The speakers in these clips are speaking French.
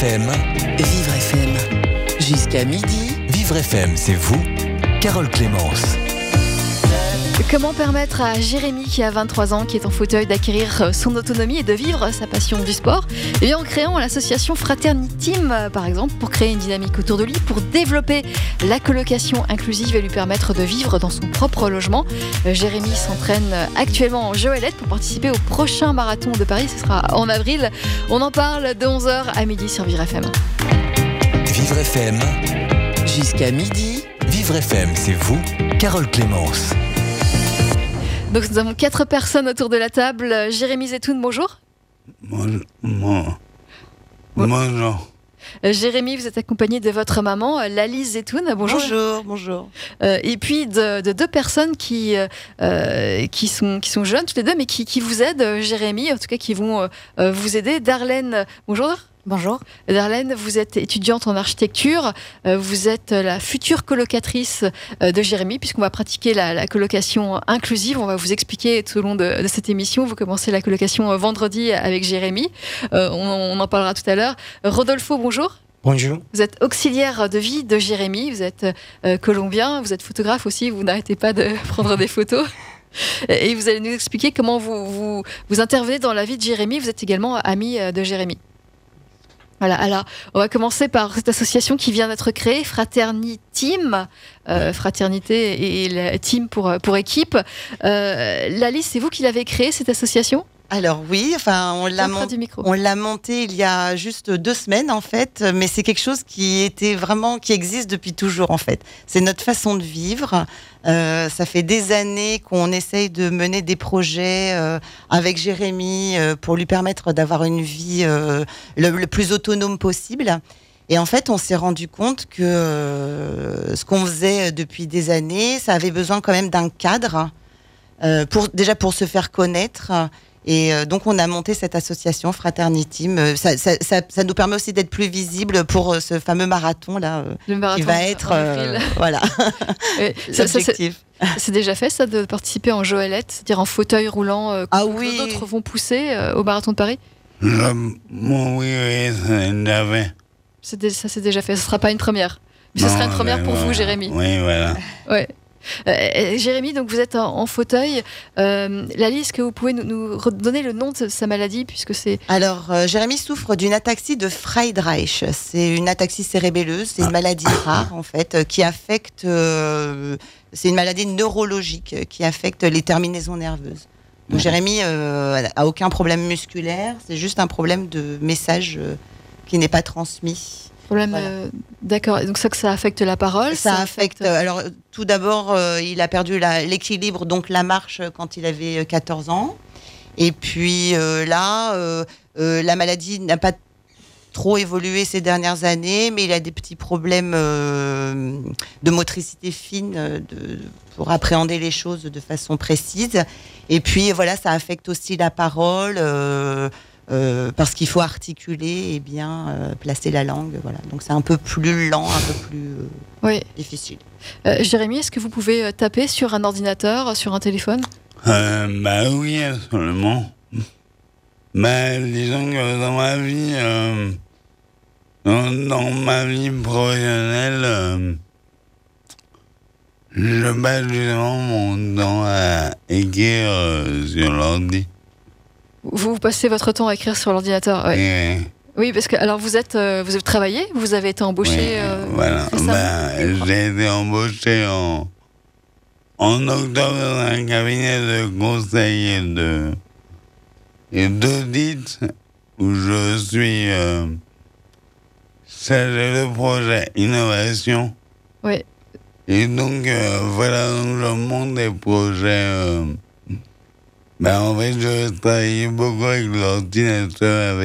FM. Vivre FM. Jusqu'à midi. Vivre FM, c'est vous, Carole Clémence. Comment permettre à Jérémy, qui a 23 ans, qui est en fauteuil, d'acquérir son autonomie et de vivre sa passion du sport ? Eh bien, en créant l'association Fraternitim, par exemple, pour créer une dynamique autour de lui, pour développer la colocation inclusive et lui permettre de vivre dans son propre logement. Jérémy s'entraîne actuellement en Joëlette pour participer au prochain marathon de Paris. Ce sera en avril. On en parle de 11h à midi sur Vivre FM. Vivre FM. Jusqu'à midi. Vivre FM, c'est vous, Carole Clémence. Donc nous avons 4 personnes autour de la table. Jérémy Zetoun, bonjour. Bonjour. Jérémy, vous êtes accompagné de votre maman, Lali Zetoun. Bonjour. Bonjour. Et puis de 2 personnes qui sont jeunes, toutes les deux, mais qui vous aident, Jérémy, en tout cas qui vont vous aider. Darlène, bonjour. Bonjour. Darlène, vous êtes étudiante en architecture, vous êtes la future colocatrice de Jérémy, puisqu'on va pratiquer la colocation inclusive. On va vous expliquer tout au long de cette émission. Vous commencez la colocation vendredi avec Jérémy. On en parlera tout à l'heure. Rodolfo, bonjour. Bonjour. Vous êtes auxiliaire de vie de Jérémy, vous êtes colombien, vous êtes photographe aussi, vous n'arrêtez pas de prendre des photos. Et vous allez nous expliquer comment vous intervenez dans la vie de Jérémy. Vous êtes également ami de Jérémy. Voilà, alors on va commencer par cette association qui vient d'être créée, Fraternitim, fraternité et la team pour équipe. Lali, c'est vous qui l'avez créée, cette association ? Alors oui, on l'a montée il y a juste 2 semaines en fait, mais c'est quelque chose qui existe depuis toujours en fait. C'est notre façon de vivre. Ça fait des années qu'on essaye de mener des projets avec Jérémy pour lui permettre d'avoir une vie le plus autonome possible. Et en fait, on s'est rendu compte que ce qu'on faisait depuis des années, ça avait besoin quand même d'un cadre pour se faire connaître. Et donc, on a monté cette association Fraternitim. Ça nous permet aussi d'être plus visible pour ce fameux marathon-là, qui va être l'objectif. C'est déjà fait, ça, de participer en Joëlette, c'est-à-dire en fauteuil roulant, oui. D'autres vont pousser au marathon de Paris ? Oui, c'est déjà fait. Ça, c'est déjà fait. Ce ne sera pas une première. Mais ce sera une première pour vous, Jérémy. Oui, voilà. Ouais. Jérémy, donc vous êtes en fauteuil. Lali, est-ce que vous pouvez nous redonner le nom de sa maladie, puisque c'est... Alors, Jérémy souffre d'une ataxie de Friedreich. C'est une ataxie cérébelleuse. C'est une maladie rare, en fait, qui affecte... c'est une maladie neurologique qui affecte les terminaisons nerveuses. Donc, Jérémy a aucun problème musculaire. C'est juste un problème de message qui n'est pas transmis. D'accord. Et donc ça affecte la parole. Ça affecte. Alors tout d'abord, il a perdu l'équilibre, donc la marche quand il avait 14 ans. Et puis la maladie n'a pas trop évolué ces dernières années, mais il a des petits problèmes de motricité fine pour appréhender les choses de façon précise. Et puis voilà, ça affecte aussi la parole. Parce qu'il faut articuler et bien placer la langue, voilà. Donc c'est un peu plus lent, un peu plus difficile. Jérémy, est-ce que vous pouvez taper sur un ordinateur, sur un téléphone ? Oui, absolument. Disons que dans ma vie professionnelle, je passe justement mon temps à écrire sur l'ordi. Vous passez votre temps à écrire sur l'ordinateur, ouais. Oui, parce que alors vous avez travaillé, vous avez été embauché. Voilà. Récemment. J'ai été embauché en octobre dans un cabinet de conseil et d'audit où je suis chargé de projet innovation. Oui. Et donc donc je monte des projets. En fait, je travaillais beaucoup avec l'ordinateur,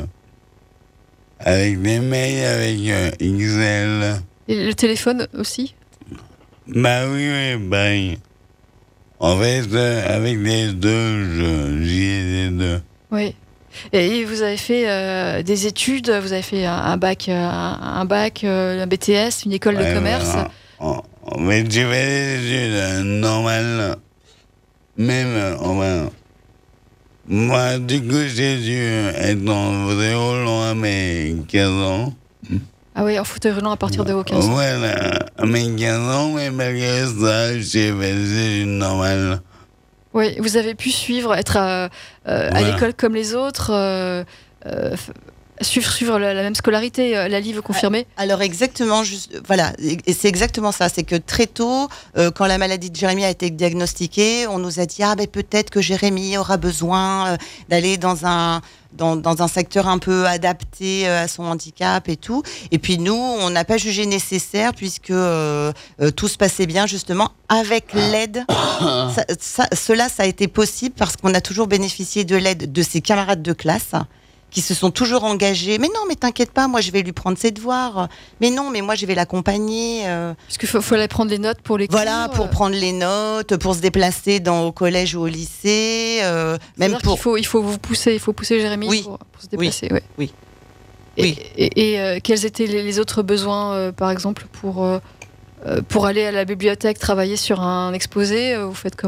avec des mails, avec Excel. Et le téléphone aussi ? Oui, pareil. En fait, avec les deux, j'y ai les deux. Oui. Et vous avez fait des études, vous avez fait un bac, un BTS, une école de commerce. En fait, j'ai fait des études normales. Même, moi, du coup, j'ai dû être en fauteuil roulant, mais 15 ans. Ah oui, en fauteuil roulant à partir de 15 ans. Voilà, à mes 15 ans, mais malgré ça, j'ai fait des études normales. Oui, vous avez pu suivre, être à l'école comme les autres, suivre la même scolarité. Lali veut confirmer. Alors exactement, voilà, et c'est exactement ça. C'est que très tôt, quand la maladie de Jérémy a été diagnostiquée, on nous a dit peut-être que Jérémy aura besoin d'aller dans un secteur un peu adapté à son handicap et tout. Et puis nous, on n'a pas jugé nécessaire puisque tout se passait bien justement avec l'aide. Cela a été possible parce qu'on a toujours bénéficié de l'aide de ses camarades de classe qui se sont toujours engagés. Mais non, mais t'inquiète pas, moi je vais lui prendre ses devoirs. Mais non, mais moi je vais l'accompagner. Parce qu'il faut aller prendre les notes pour les cours. Voilà, pour prendre les notes, pour se déplacer au collège ou au lycée. Même pour... il faut vous pousser, Jérémy pour se déplacer. Oui. Et quels étaient les autres besoins, par exemple, pour aller à la bibliothèque, travailler sur un exposé, vous faites comment ?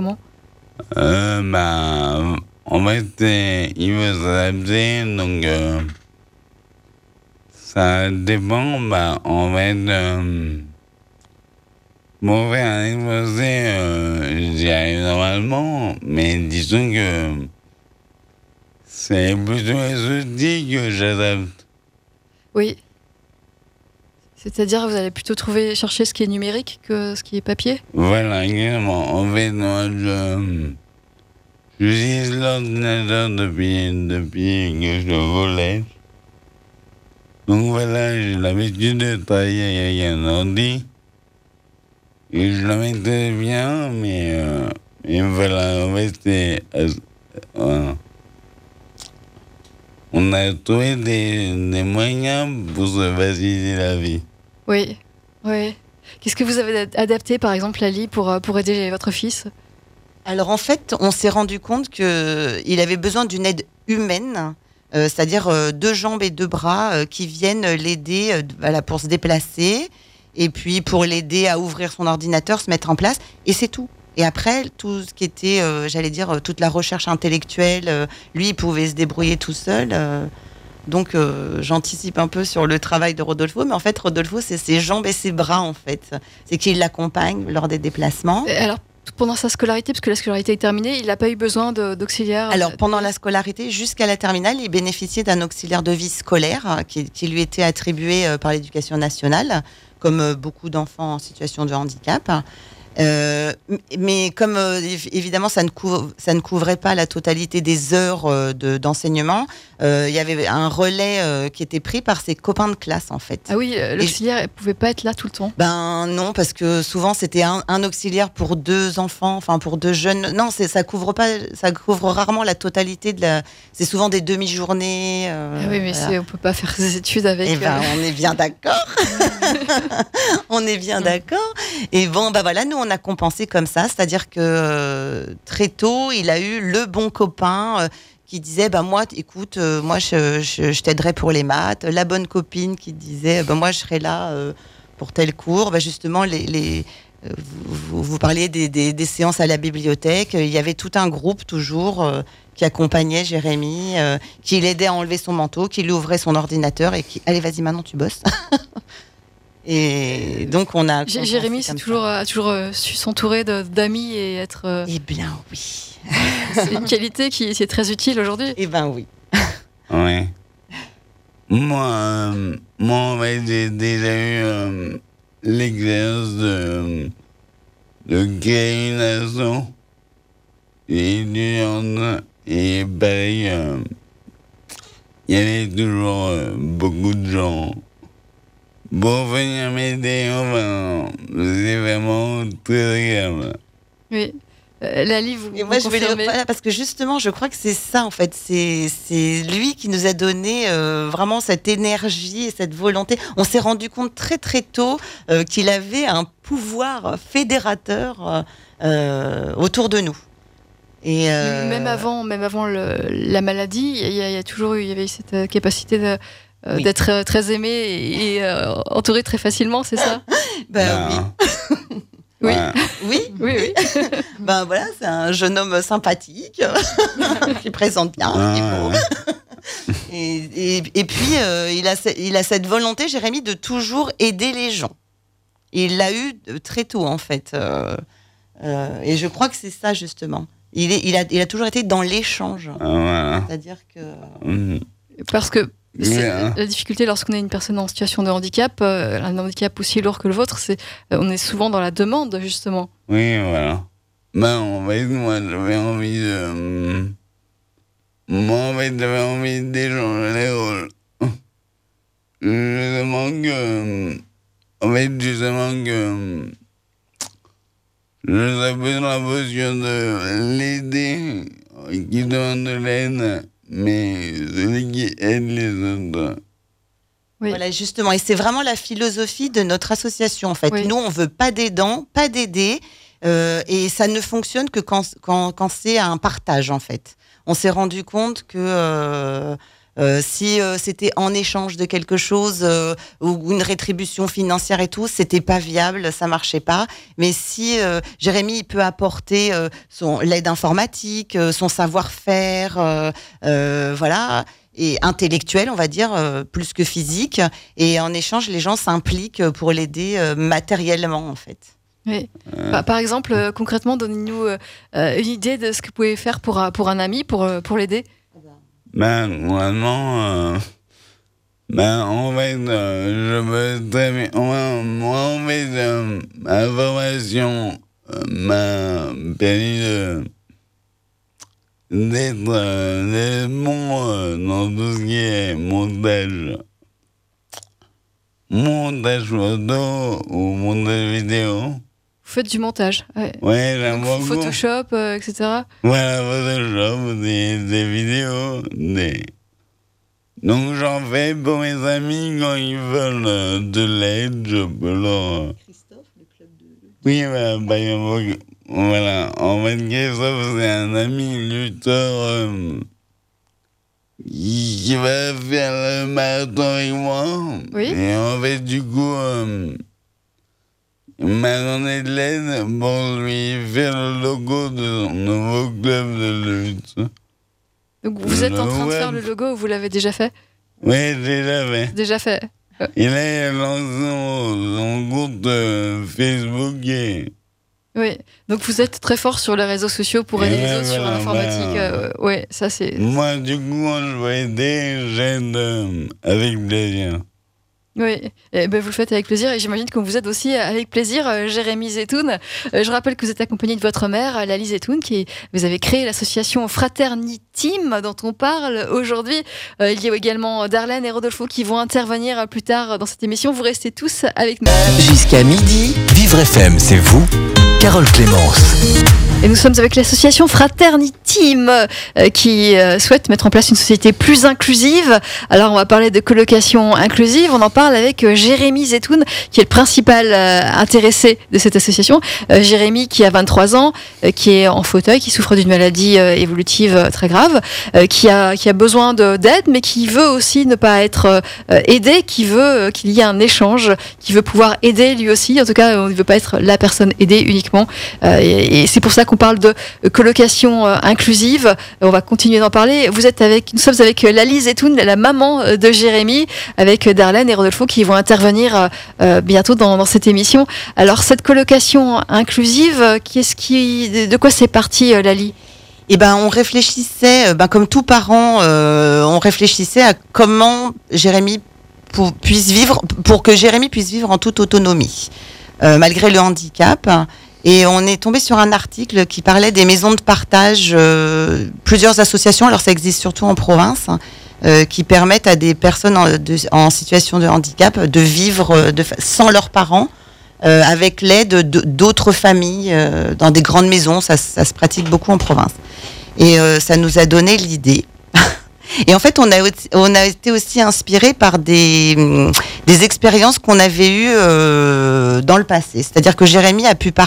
En fait, il veut s'adapter, donc ça dépend. En fait, pour faire un exposé, j'y arrive normalement, mais disons que c'est plutôt les outils que j'adapte. Oui. C'est-à-dire, vous allez plutôt chercher ce qui est numérique que ce qui est papier ? Voilà, exactement. En fait, moi, j'utilise l'ordinateur depuis que je suis au collège. Donc voilà, j'ai l'habitude de travailler avec un ordi. Et je le mettais bien, mais voilà, en fait, on a trouvé des moyens pour se faciliter la vie. Oui. Qu'est-ce que vous avez adapté, par exemple, Lali, pour aider votre fils ? Alors en fait, on s'est rendu compte qu'il avait besoin d'une aide humaine, c'est-à-dire 2 jambes et 2 bras qui viennent l'aider pour se déplacer et puis pour l'aider à ouvrir son ordinateur, se mettre en place, et c'est tout. Et après, tout ce qui était, toute la recherche intellectuelle, lui, il pouvait se débrouiller tout seul. Donc j'anticipe un peu sur le travail de Rodolfo, mais en fait, Rodolfo, c'est ses jambes et ses bras, en fait. C'est qu'il l'accompagne lors des déplacements. Et alors, pendant sa scolarité, parce que la scolarité est terminée, il n'a pas eu besoin d'auxiliaire. Alors pendant la scolarité, jusqu'à la terminale, il bénéficiait d'un auxiliaire de vie scolaire qui lui était attribué par l'Éducation nationale, comme beaucoup d'enfants en situation de handicap. Mais comme évidemment ça ne couvrait pas la totalité des heures d'enseignement, il y avait un relais qui était pris par ses copains de classe en fait. Ah oui, l'auxiliaire ne pouvait pas être là tout le temps. Ben non, parce que souvent c'était un auxiliaire pour 2 enfants, enfin pour 2 jeunes. Non, ça couvre rarement la totalité c'est souvent des demi-journées. Ah oui, mais on peut pas faire ses études avec. Eh ben, on est bien d'accord. On est bien d'accord. Et bon, voilà, nous on a compensé comme ça, c'est-à-dire que très tôt, il a eu le bon copain qui disait moi, écoute, moi je t'aiderai pour les maths. La bonne copine qui disait moi je serai là pour tel cours. Justement, vous parliez des séances à la bibliothèque. Il y avait tout un groupe toujours qui accompagnait Jérémy, qui l'aidait à enlever son manteau, qui lui ouvrait son ordinateur et qui allez, vas-y, maintenant tu bosses. Et donc on a. Jérémy a toujours su s'entourer d'amis et être. Eh bien oui. C'est une qualité qui est très utile aujourd'hui. Eh bien oui. Oui. Moi, j'ai déjà eu l'expérience de créer une asso étudiante et pareil, il y avait toujours beaucoup de gens pour venir m'aider. Enfin, c'est vraiment très agréable. Oui. Lali, vous et moi, je confirmez. vais parce que justement, je crois que c'est ça, en fait. C'est lui qui nous a donné vraiment cette énergie et cette volonté. On s'est rendu compte très, très tôt qu'il avait un pouvoir fédérateur autour de nous. Et même avant la maladie, il y avait cette capacité d'être très aimé et entouré très facilement, c'est ça? Oui. Oui. Oui. Voilà, c'est un jeune homme sympathique qui présente bien. Et puis, il a cette volonté, Jérémy, de toujours aider les gens. Et il l'a eu très tôt, en fait. Et je crois que c'est ça, justement. Il a toujours été dans l'échange. Voilà. C'est-à-dire que... Parce que la difficulté lorsqu'on est une personne en situation de handicap, un handicap aussi lourd que le vôtre, on est souvent dans la demande, justement. Oui, voilà. En fait, moi, j'avais envie d'échanger les rôles. Justement que je serais plus dans la position de l'aider, qui demande de l'aide, mais celui qui aide les autres. Oui. Voilà, justement. Et c'est vraiment la philosophie de notre association, en fait. Oui. Nous, on veut pas d'aidants, pas d'aider. Et ça ne fonctionne que quand c'est un partage, en fait. On s'est rendu compte que si c'était en échange de quelque chose ou une rétribution financière et tout, c'était pas viable, ça marchait pas. Mais si Jérémy il peut apporter l'aide informatique, son savoir-faire, voilà, et intellectuel, on va dire, plus que physique, et en échange, les gens s'impliquent pour l'aider matériellement, en fait. Oui. Par exemple, concrètement, donnez-nous une idée de ce que vous pouvez faire pour un ami, pour l'aider. Vraiment, en fait, je peux très bien. Moi, en fait, ma formation m'a permis d'être bon dans tout ce qui est montage photo ou montage vidéo. Vous faites du montage. Ouais, j'aime beaucoup. Photoshop, etc. Voilà, Photoshop, des vidéos, Donc j'en fais pour mes amis quand ils veulent de l'aide, je peux leur... Christophe, le club de... Oui, voilà. En fait, Christophe, c'est un ami lutteur qui va faire le marathon avec moi. Oui. Et en fait, du coup... Il m'a donné de l'aide pour lui faire le logo de son nouveau club de lutte. Donc vous êtes en train de faire le logo ou vous l'avez déjà fait ? Oui, déjà fait. Déjà fait. Il a lancé son compte Facebook. Oui, donc vous êtes très fort sur les réseaux sociaux pour aider les autres sur l'informatique. Oui, ça c'est... Moi, du coup, quand je veux aider, j'aide avec plaisir. Oui, vous le faites avec plaisir et j'imagine que vous êtes aussi avec plaisir Jérémy Zetoun. Je rappelle que vous êtes accompagné de votre mère, Lali Zetoun, vous avez créé l'association Fraternitim dont on parle aujourd'hui. Il y a également Darlène et Rodolfo qui vont intervenir plus tard dans cette émission. Vous restez tous avec nous. Jusqu'à midi, Vivre FM, c'est vous, Carole Clémence. Et nous sommes avec l'association Fraternitim qui souhaite mettre en place une société plus inclusive. Alors on va parler de colocation inclusive. On en parle avec Jérémy Zetoun qui est le principal intéressé de cette association. Jérémy qui a 23 ans, qui est en fauteuil, qui souffre d'une maladie évolutive très grave, qui a besoin d'aide mais qui veut aussi ne pas être aidé, qui veut qu'il y ait un échange, qui veut pouvoir aider lui aussi. En tout cas, on ne veut pas être la personne aidée uniquement. Et c'est pour ça qu'on parle de colocation inclusive. On va continuer d'en parler. Nous sommes avec Lali Zetoun, la maman de Jérémy, avec Darlène et Rodolfo qui vont intervenir bientôt dans cette émission. Alors, cette colocation inclusive, de quoi c'est parti, Lali ? On réfléchissait, comme tout parent, on réfléchissait à comment Jérémy puisse vivre, pour que Jérémy puisse vivre en toute autonomie, malgré le handicap. Et on est tombé sur un article qui parlait des maisons de partage, plusieurs associations, alors ça existe surtout en province, qui permettent à des personnes en situation de handicap de vivre sans leurs parents, avec l'aide d'autres familles dans des grandes maisons. Ça se pratique beaucoup en province. Et ça nous a donné l'idée. Et en fait, on a été aussi inspiré par des expériences qu'on avait eues dans le passé. C'est-à-dire que Jérémy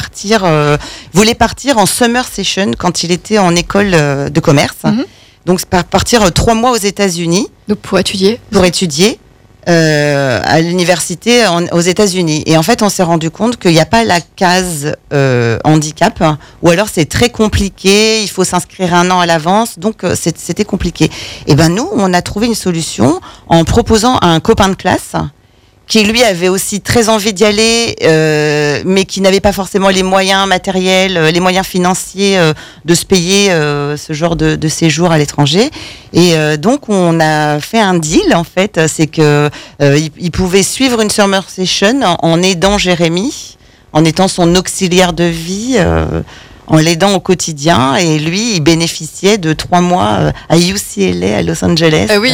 voulait partir en summer session quand il était en école de commerce. Mm-hmm. Donc, partir 3 mois aux États-Unis. Donc, pour étudier. à l'université aux États-Unis. Et en fait, on s'est rendu compte qu'il n'y a pas la case handicap, ou alors c'est très compliqué, il faut s'inscrire 1 an à l'avance, donc c'était compliqué. Et ben nous, on a trouvé une solution en proposant à un copain de classe qui lui avait aussi très envie d'y aller, mais qui n'avait pas forcément les moyens matériels, les moyens financiers de se payer ce genre de séjour à l'étranger. Et donc on a fait un deal en fait, c'est que il pouvait suivre une summer session en aidant Jérémy, en étant son auxiliaire de vie. En l'aidant au quotidien, et lui, il bénéficiait de 3 mois à UCLA à Los Angeles. Oui.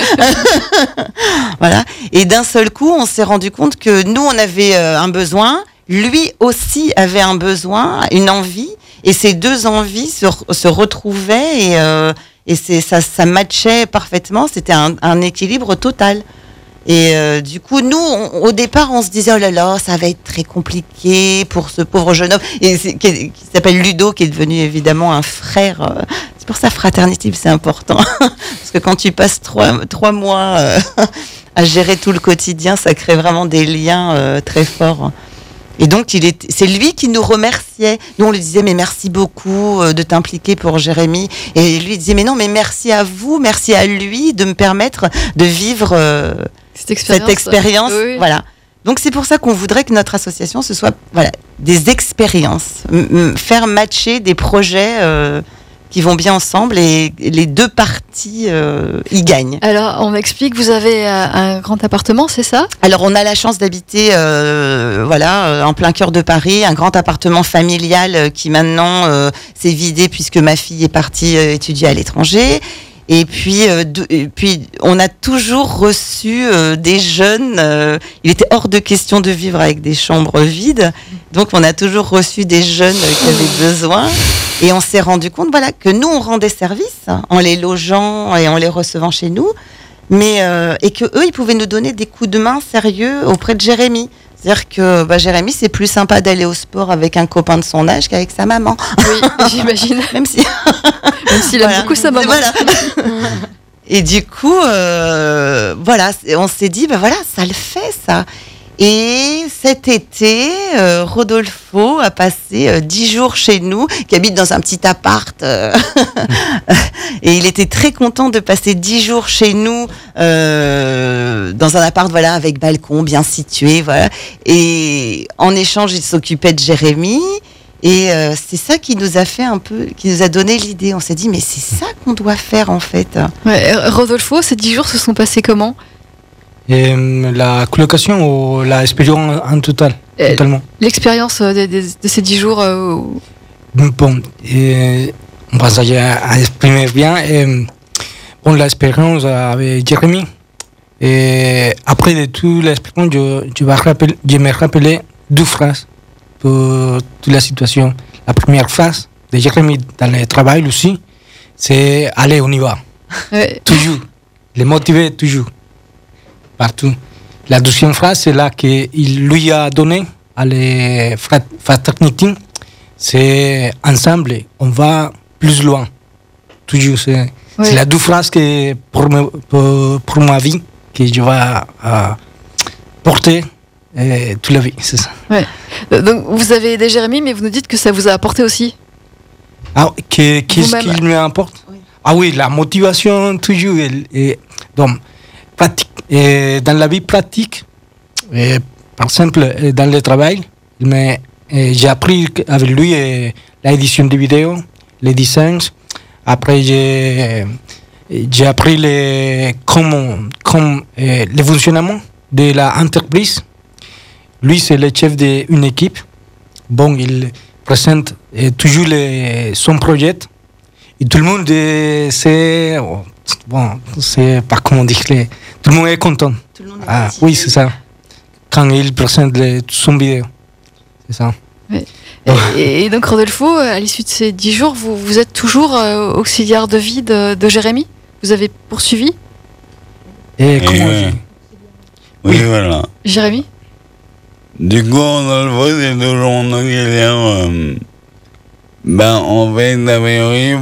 Voilà. Et d'un seul coup, on s'est rendu compte que nous, on avait un besoin, lui aussi avait un besoin, une envie, et ces 2 envies se retrouvaient et ça matchait parfaitement. C'était un équilibre total. Et du coup, nous, au départ, on se disait oh là là, ça va être très compliqué pour ce pauvre jeune homme qui s'appelle Ludo, qui est devenu évidemment un frère. C'est pour ça fraternité, c'est important, parce que quand tu passes 3 mois à gérer tout le quotidien, ça crée vraiment des liens très forts. Et donc, c'est lui qui nous remerciait. Nous, on lui disait, mais merci beaucoup de t'impliquer pour Jérémy. Et lui, il disait, mais non, mais merci à vous, merci à lui de me permettre de vivre cette expérience. Oui. Voilà. Donc, c'est pour ça qu'on voudrait que notre association, ce soit des expériences, faire matcher des projets qui vont bien ensemble, et les 2 parties y gagnent. Alors, on m'explique, vous avez un grand appartement, c'est ça ? Alors, on a la chance d'habiter en plein cœur de Paris, un grand appartement familial qui maintenant s'est vidé puisque ma fille est partie étudier à l'étranger. Et puis on a toujours reçu des jeunes. Il était hors de question de vivre avec des chambres vides, donc on a toujours reçu des jeunes qui avaient besoin. Et on s'est rendu compte, que nous on rendait service en les logeant et en les recevant chez nous, mais et que eux ils pouvaient nous donner des coups de main sérieux auprès de Jérémy. C'est-à-dire que Jérémy, c'est plus sympa d'aller au sport avec un copain de son âge qu'avec sa maman. Oui, j'imagine. Même s'il aime beaucoup sa maman. Voilà. Et du coup, on s'est dit, ça le fait, ça. Et cet été, Rodolfo a passé 10 jours chez nous, qui habite dans un petit appart. Et il était très content de passer 10 jours chez nous, dans un appart avec balcon bien situé. Voilà. Et en échange, il s'occupait de Jérémy. Et c'est ça qui nous a qui nous a donné l'idée. On s'est dit, mais c'est ça qu'on doit faire en fait. Ouais, Rodolfo, ces 10 jours se sont passés comment ? La colocation ou l'expérience en total, totalement. L'expérience de ces 10 jours Bon, on va à exprimer bien. L'expérience avec Jérémy. Et après de toute l'expérience, je me rappelais 2 phrases pour toute la situation. La première phrase de Jérémy dans le travail aussi, c'est « Allez, on y va ». Toujours. Les motiver toujours. Partout. La deuxième phrase, c'est là qu'il lui a donné à la fraternité, c'est ensemble, on va plus loin. Toujours, c'est la 2 phrases que pour ma vie que je vais porter toute la vie, c'est ça. Ouais. Donc vous avez aidé Jérémy, mais vous nous dites que ça vous a apporté aussi. Qu'est-ce qu'il me apporte? Ah oui, la motivation toujours. Donc, pratique. Et dans la vie pratique, par exemple, dans le travail, j'ai appris avec lui l'édition de vidéos, les designs. Après, j'ai appris le fonctionnement de l'entreprise. Lui, c'est le chef d'une équipe. Bon, il présente toujours son projet. Et tout le monde sait, c'est pas comment dire, tout le monde est content. Tout le monde est oui, c'est ça. Quand il présente son vidéo, c'est ça. Oui. Et donc, Rodolfo, à l'issue de ces 10 jours, vous êtes toujours auxiliaire de vie de Jérémy? Vous avez poursuivi? Oui, voilà. Jérémy? Du coup, Rodolfo, c'est toujours mon auxiliaire. On fait de la priori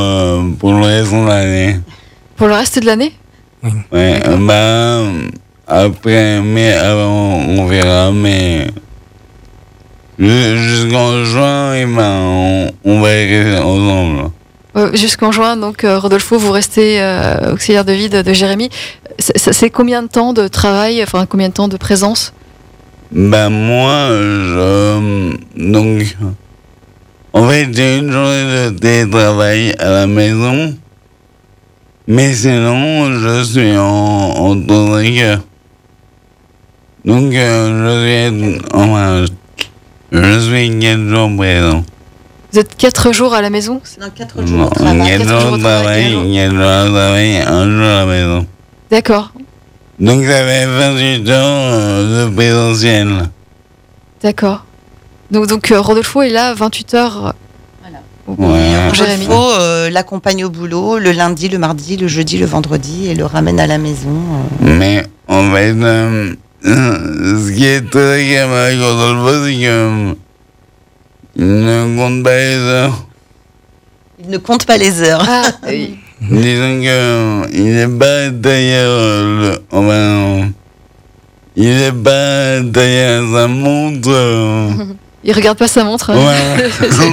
pour le reste de l'année. Pour le reste de l'année? Oui. Ouais, après, mais avant, on verra, mais jusqu'en juin, et ben, on va y rester ensemble. Jusqu'en juin, donc Rodolfo, vous restez auxiliaire de vie de Jérémy. C'est combien de temps de travail, enfin combien de temps de présence? Ben moi, donc, en fait, j'ai une journée de télétravail à la maison, mais sinon, je suis en tournée. Donc, je suis 4 jours présent. Vous êtes 4 jours à la maison? Non, 4 jours de travail. 4 jours de travail, 1 jour à la maison. D'accord. Donc ça fait 28 heures de présentiel. D'accord. Donc Rodolfo est là 28 heures. Voilà. Rodolfo l'accompagne au boulot le lundi, le mardi, le jeudi, le vendredi et le ramène à la maison. Mais en fait, ce qui est très grave avec Rodolfo, c'est qu'il ne compte pas les heures. Il ne compte pas les heures. Ah, oui. Disons qu'il n'est pas derrière il n'est pas derrière sa montre. Il regarde pas sa montre. Ouais.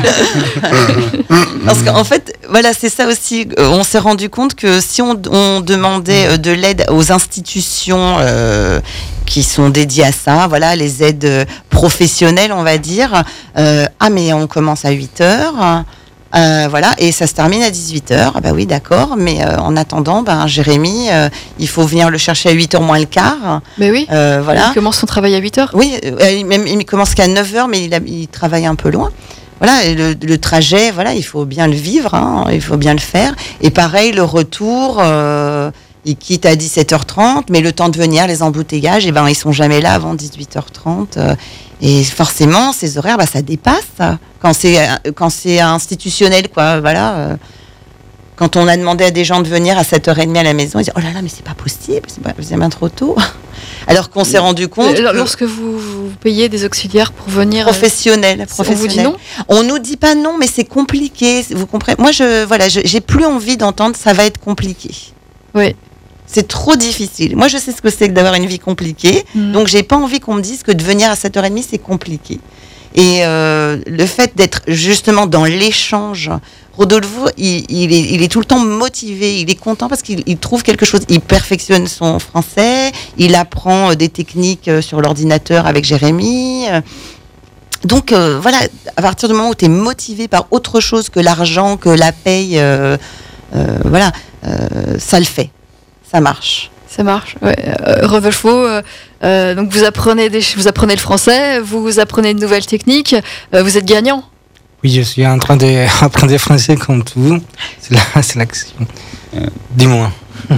Parce qu'en fait, voilà, c'est ça aussi. On s'est rendu compte que si on demandait de l'aide aux institutions qui sont dédiées à ça, voilà, les aides professionnelles, on va dire. Mais on commence à 8h. Voilà, et ça se termine à 18h. Ah bah oui, d'accord, mais en attendant, Jérémy, il faut venir le chercher à 8h moins le quart. Mais oui, voilà. Il commence son travail à 8h. Oui, même, il commence qu'à 9h, mais il travaille un peu loin. Voilà, et le trajet, voilà, il faut bien le vivre, hein, il faut bien le faire. Et pareil, le retour, il quitte à 17h30, mais le temps de venir, les embouteillages, ils sont jamais là avant 18h30. Et forcément, ces horaires, ça dépasse. Quand c'est institutionnel, quoi, voilà. Quand on a demandé à des gens de venir à 7h30 à la maison, ils disent « Oh là là, mais c'est pas possible, c'est bien trop tôt. » Alors qu'on s'est rendu compte... Lorsque vous payez des auxiliaires pour venir... Professionnels. On vous dit non ? On nous dit pas non, mais c'est compliqué. Vous comprenez ? Moi, j'ai plus envie d'entendre « ça va être compliqué ». Oui. C'est trop difficile. Moi, je sais ce que c'est que d'avoir une vie compliquée. Donc, j'ai pas envie qu'on me dise que de venir à 7h30, c'est compliqué. Et le fait d'être justement dans l'échange, Rodolfo, il est tout le temps motivé, il est content parce qu'il trouve quelque chose. Il perfectionne son français, il apprend des techniques sur l'ordinateur avec Jérémy. Donc, voilà, à partir du moment où tu es motivé par autre chose que l'argent, que la paye, voilà, ça le fait. Ça marche. Ça marche. Ouais. Rodolfo, donc vous apprenez le français, vous apprenez de nouvelles techniques, vous êtes gagnant. Oui, je suis en train d'apprendre le français comme tout. C'est l'action. Dis-moi.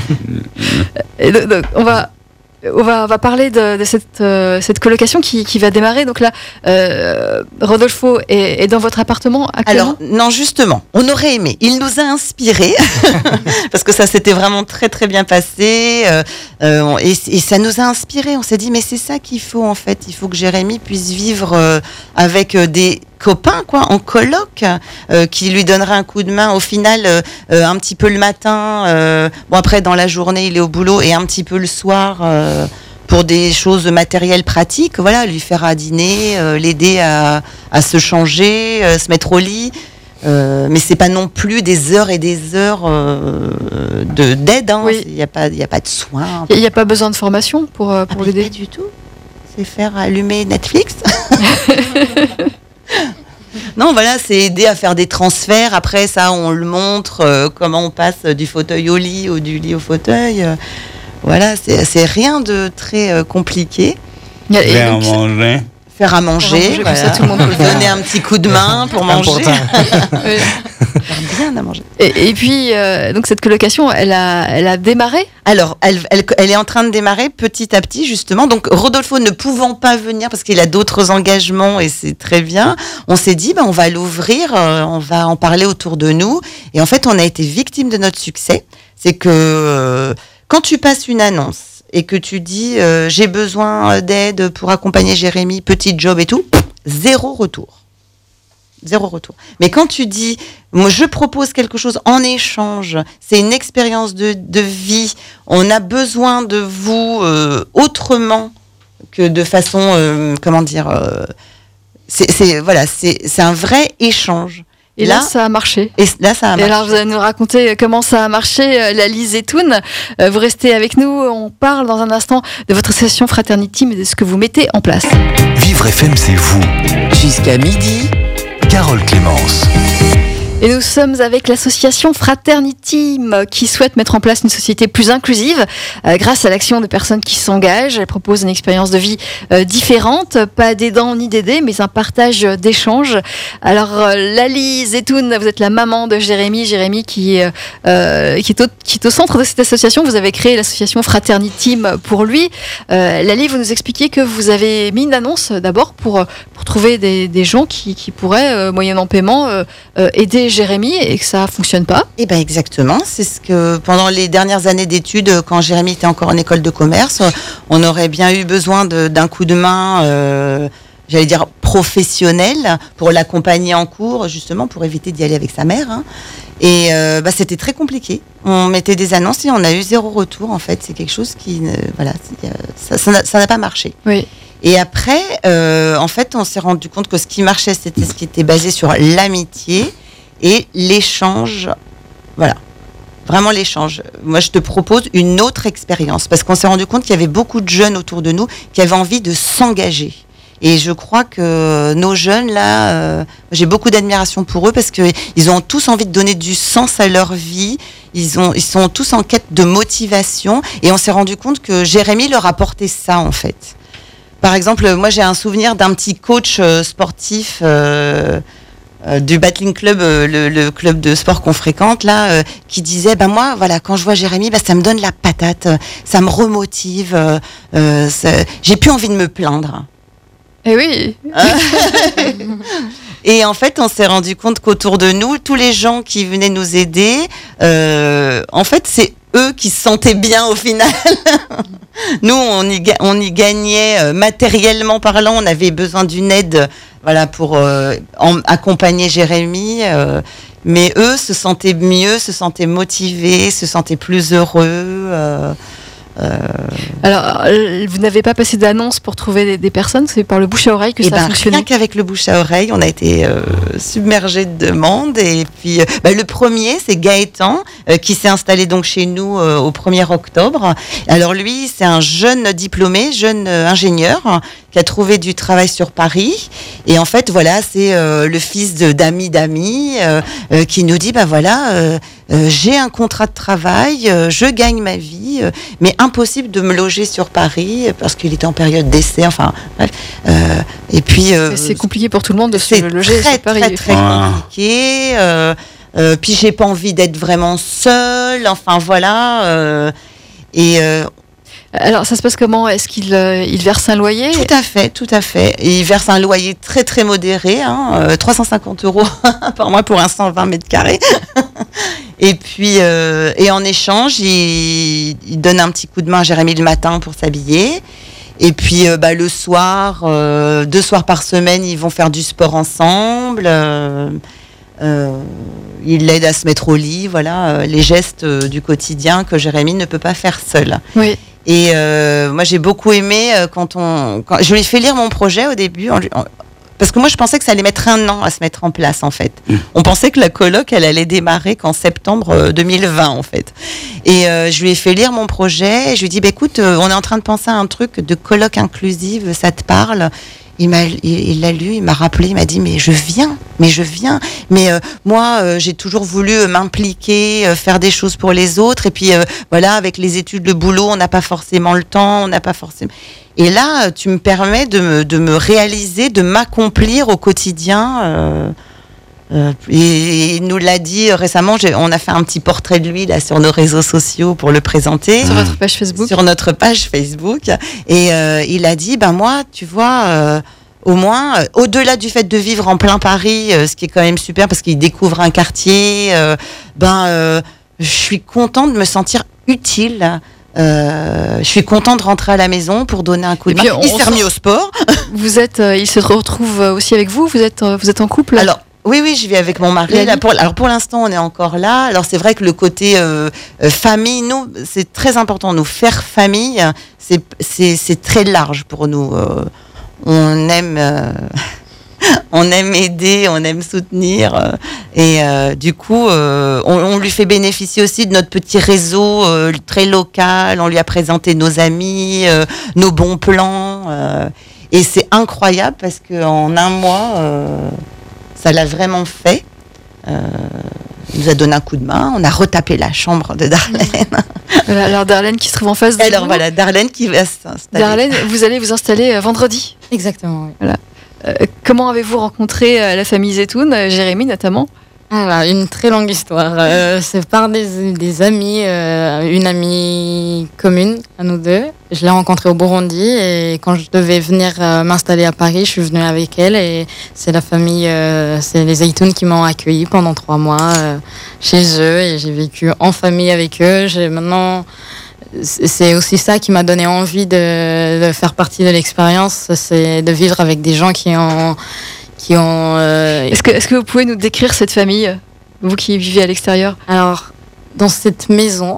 Donc, on va parler de cette colocation qui va démarrer. Donc là, Rodolfo est dans votre appartement actuellement ? Alors, non, justement, on aurait aimé. Il nous a inspirés, parce que ça s'était vraiment très, très bien passé. Et ça nous a inspirés. On s'est dit, mais c'est ça qu'il faut, en fait. Il faut que Jérémy puisse vivre avec des copains, quoi, en coloc, qui lui donnera un coup de main. Au final, un petit peu le matin, après, dans la journée, il est au boulot, et un petit peu le soir... pour des choses matérielles pratiques, voilà, lui faire à dîner, l'aider à se changer, se mettre au lit, mais c'est pas non plus des heures et des heures d'aide, hein. Oui. Il n'y a pas de soins. Il n'y a pas besoin de formation pour l'aider ? Pas du tout. C'est faire allumer Netflix. Non, voilà, c'est aider à faire des transferts. Après, ça, on le montre, comment on passe du fauteuil au lit ou du lit au fauteuil. Voilà, c'est rien de très compliqué. Faire manger. Faire à manger, voilà. Ça, tout le monde peut le faire. Donner un petit coup de main pour manger. Oui. Faire bien à manger. Et puis, donc cette colocation, elle a démarré ? Alors, elle est en train de démarrer petit à petit, justement. Donc, Rodolfo ne pouvant pas venir parce qu'il a d'autres engagements et c'est très bien, on s'est dit, on va l'ouvrir, on va en parler autour de nous. Et en fait, on a été victime de notre succès. C'est que quand tu passes une annonce et que tu dis j'ai besoin d'aide pour accompagner Jérémy, petit job et tout, 0 retour. Zéro retour. Mais quand tu dis, moi je propose quelque chose en échange, c'est une expérience de vie, on a besoin de vous autrement que de façon, c'est un vrai échange. Et là, ça a marché. Et là, ça a marché. Et alors, vous allez nous raconter comment ça a marché, Lali Zetoun. Vous restez avec nous. On parle dans un instant de votre association Fraterniteam et de ce que vous mettez en place. Vivre FM, c'est vous. Jusqu'à midi. Carole Clémence. Et nous sommes avec l'association Fraterniteam qui souhaite mettre en place une société plus inclusive grâce à l'action de personnes qui s'engagent. Elle propose une expérience de vie différente, pas d'aidant ni d'aidés, mais un partage d'échanges. Alors Lali Zetoun, vous êtes la maman de Jérémy. Jérémy qui est au centre de cette association. Vous avez créé l'association Fraterniteam pour lui. Lali, vous nous expliquiez que vous avez mis une annonce d'abord pour trouver des gens qui pourraient, moyennant paiement, aider Jérémy et que ça fonctionne pas. Eh ben exactement, c'est ce que pendant les dernières années d'études, quand Jérémy était encore en école de commerce, on aurait bien eu besoin d'un coup de main, j'allais dire professionnel, pour l'accompagner en cours, justement pour éviter d'y aller avec sa mère. Hein. Et c'était très compliqué. On mettait des annonces et on a eu 0 retour. En fait, c'est quelque chose qui, ça n'a pas marché. Oui. Et après, en fait, on s'est rendu compte que ce qui marchait, c'était ce qui était basé sur l'amitié. Et l'échange, voilà, vraiment l'échange. Moi, je te propose une autre expérience parce qu'on s'est rendu compte qu'il y avait beaucoup de jeunes autour de nous qui avaient envie de s'engager. Et je crois que nos jeunes, là, j'ai beaucoup d'admiration pour eux parce qu'ils ont tous envie de donner du sens à leur vie. Ils sont tous en quête de motivation. Et on s'est rendu compte que Jérémy leur apportait ça, en fait. Par exemple, moi, j'ai un souvenir d'un petit coach sportif du Battling Club, le club de sport qu'on fréquente là, qui disait moi voilà, quand je vois Jérémy, ça me donne la patate, ça me remotive, j'ai plus envie de me plaindre. Eh oui. Et en fait, on s'est rendu compte qu'autour de nous, tous les gens qui venaient nous aider, en fait, c'est eux qui se sentaient bien au final. Nous, on y gagnait matériellement parlant. On avait besoin d'une aide, voilà, pour accompagner Jérémy. Mais eux se sentaient mieux, se sentaient motivés, se sentaient plus heureux. Alors, vous n'avez pas passé d'annonce pour trouver des personnes, c'est par le bouche à oreille que ça a fonctionné? Rien qu'avec le bouche à oreille, on a été submergés de demandes. Et puis, le premier, c'est Gaëtan, qui s'est installé donc chez nous au 1er octobre. Alors lui, c'est un jeune diplômé, jeune ingénieur, qui a trouvé du travail sur Paris. Et en fait, voilà, c'est le fils d'amis qui nous dit, j'ai un contrat de travail, je gagne ma vie, mais impossible de me loger sur Paris parce qu'il était en période d'essai. Enfin, bref. Et puis, c'est compliqué pour tout le monde de se loger sur Paris. C'est très compliqué. Puis j'ai pas envie d'être vraiment seule. Enfin voilà. Alors, ça se passe comment? Est-ce qu'il verse un loyer? Tout à fait. Et il verse un loyer très, très modéré, 350 € par mois pour un 120 mètres carrés. Et puis, et en échange, il donne un petit coup de main à Jérémy le matin pour s'habiller. Et puis, le soir, 2 soirs par semaine, ils vont faire du sport ensemble. Il l'aide à se mettre au lit, voilà, les gestes du quotidien que Jérémy ne peut pas faire seul. Oui. Et moi, j'ai beaucoup aimé quand je lui ai fait lire mon projet au début, parce que moi, je pensais que ça allait mettre 1 an à se mettre en place, en fait. On pensait que la coloc, elle allait démarrer qu'en septembre 2020, en fait. Et je lui ai fait lire mon projet, et je lui ai dit, écoute, on est en train de penser à un truc de coloc inclusive, ça te parle? Il l'a lu, il m'a rappelé, il m'a dit mais je viens. Mais moi, j'ai toujours voulu m'impliquer, faire des choses pour les autres. Et puis voilà, avec les études, le boulot, on n'a pas forcément le temps, on n'a pas forcément. Et là, tu me permets de me réaliser, de m'accomplir au quotidien. Et il nous l'a dit récemment, on a fait un petit portrait de lui là sur nos réseaux sociaux pour le présenter. Sur votre page Facebook. Sur notre page Facebook. Et il a dit, moi, tu vois, au moins, au-delà du fait de vivre en plein Paris, ce qui est quand même super parce qu'il découvre un quartier, je suis content de me sentir utile. Je suis content de rentrer à la maison pour donner un coup de main. Il s'est remis au sport. Il se retrouve aussi avec vous. Vous êtes en couple? Alors, Oui, je vis avec mon mari. Là, pour l'instant, on est encore là. Alors, c'est vrai que le côté famille, nous, c'est très important. Nous, faire famille, c'est très large pour nous. On aime aider, on aime soutenir. Du coup, on lui fait bénéficier aussi de notre petit réseau très local. On lui a présenté nos amis, nos bons plans. Et c'est incroyable parce qu'en un mois... ça l'a vraiment fait. Il nous a donné un coup de main. On a retapé la chambre de Darlène. Voilà, alors Darlène qui se trouve en face de Alors voilà, Darlène qui va s'installer. Darlène, vous allez vous installer vendredi. Exactement, oui. Voilà. Comment avez-vous rencontré la famille Zetoun, Jérémy notamment ? Alors, une très longue histoire. C'est par des amis, une amie commune à nous deux. Je l'ai rencontrée au Burundi et quand je devais venir m'installer à Paris, je suis venue avec elle et c'est la famille, c'est les Zetoun qui m'ont accueilli pendant 3 mois chez eux et j'ai vécu en famille avec eux. Maintenant, c'est aussi ça qui m'a donné envie de faire partie de l'expérience, c'est de vivre avec des gens qui ont Est-ce que vous pouvez nous décrire cette famille, vous qui vivez à l'extérieur ? Alors, dans cette maison,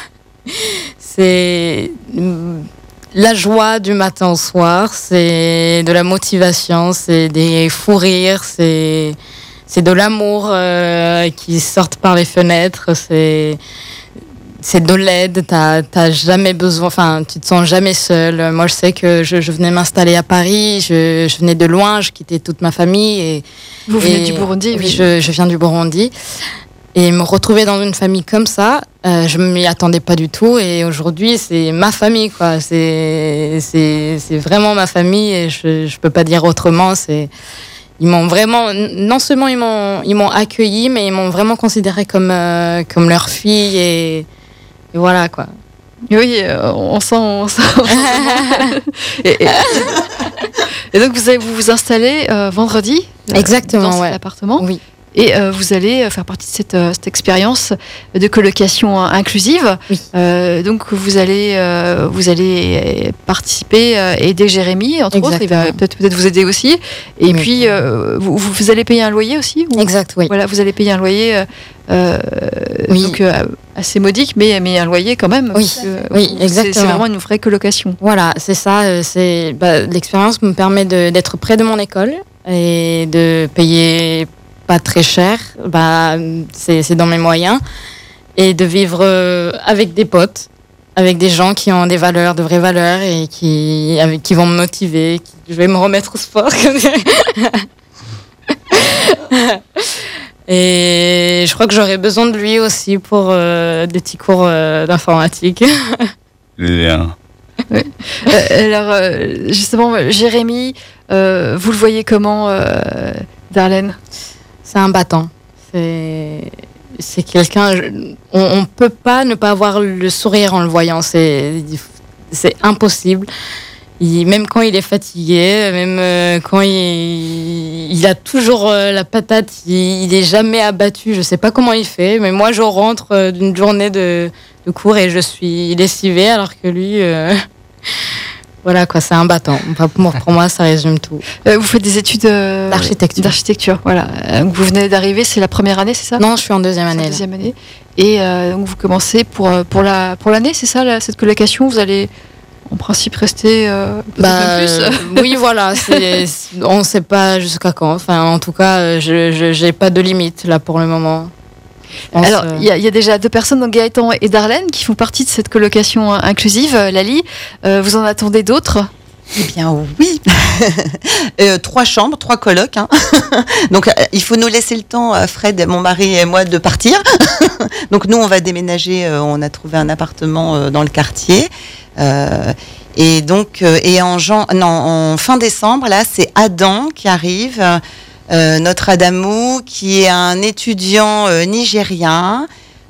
c'est la joie du matin au soir, c'est de la motivation, c'est des fous rires, c'est de l'amour qui sort par les fenêtres, c'est de l'aide, t'as jamais besoin, enfin, tu te sens jamais seul. Moi, je sais que je venais m'installer à Paris, je venais de loin, je quittais toute ma famille. Vous venez du Burundi ? Oui, je viens du Burundi. Et me retrouver dans une famille comme ça, je m'y attendais pas du tout. Et aujourd'hui, c'est ma famille, quoi. C'est vraiment ma famille et je peux pas dire autrement. Ils m'ont vraiment, non seulement ils m'ont accueilli, mais ils m'ont vraiment considéré comme leur fille et voilà, quoi. Oui, on sent. Et donc vous vous installez vendredi. Exactement, dans cet appartement. Oui. Et vous allez faire partie de cette expérience de colocation inclusive. Oui. Donc vous allez participer, aider Jérémy, entre autres. Il va peut-être vous aider aussi. Et puis vous allez payer un loyer aussi ou... Exact, oui. Voilà, vous allez payer un loyer donc assez modique, mais un loyer quand même. Oui, exactement. C'est vraiment une vraie colocation. Voilà, c'est ça. L'expérience me permet d'être près de mon école et de payer pas très cher, c'est dans mes moyens, et de vivre avec des potes, avec des gens qui ont des valeurs, de vraies valeurs, et qui vont me motiver. Je vais me remettre au sport. Et je crois que j'aurais besoin de lui aussi pour des petits cours d'informatique. Bien. Oui. Alors, justement, Jérémy, vous le voyez comment, Darlène ? C'est un battant. C'est quelqu'un... On ne peut pas ne pas avoir le sourire en le voyant. C'est impossible. Même quand il est fatigué, même quand il a toujours la patate, il n'est jamais abattu. Je ne sais pas comment il fait, mais moi, je rentre d'une journée de cours et je suis lessivée, alors que lui... Voilà, quoi, c'est un battant. Pour moi, ça résume tout. Vous faites des études d'architecture, voilà. Donc vous venez d'arriver, c'est la première année, c'est ça ? Non, je suis en deuxième année. Et donc vous commencez pour l'année, c'est ça, cette colocation ? Vous allez en principe rester peut-être plus. Oui, voilà. On ne sait pas jusqu'à quand. Enfin, en tout cas, je n'ai pas de limite là pour le moment. Alors, il y a déjà 2 personnes, donc Gaëtan et Darlène, qui font partie de cette colocation inclusive. Lali, vous en attendez d'autres ? Eh bien oui, 3 chambres, 3 colocs. Hein. Donc il faut nous laisser le temps, Fred, mon mari et moi, de partir. Donc nous, on va déménager. On a trouvé un appartement dans le quartier. Et donc, en fin décembre, là, c'est Adam qui arrive. Notre Adamou, qui est un étudiant nigérien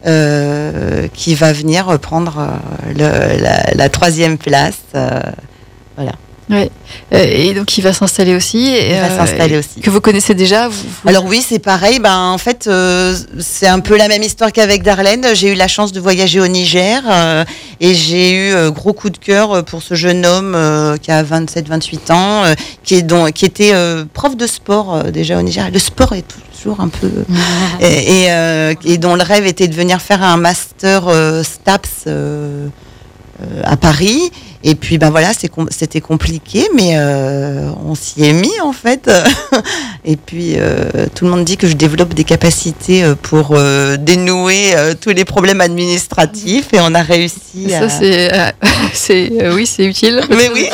qui va venir prendre la 3e place. Voilà. Ouais. Et donc il va s'installer aussi. Que vous connaissez déjà Alors oui, c'est pareil. En fait, c'est un peu la même histoire qu'avec Darlène. J'ai eu la chance de voyager au Niger et j'ai eu gros coup de cœur pour ce jeune homme qui a 27-28 ans, qui était prof de sport déjà au Niger. Le sport toujours un peu... et dont le rêve était de venir faire un master STAPS à Paris. Et puis voilà, c'était compliqué, mais on s'y est mis en fait. Et puis tout le monde dit que je développe des capacités pour dénouer tous les problèmes administratifs, et on a réussi. Ça oui, c'est utile. Mais oui,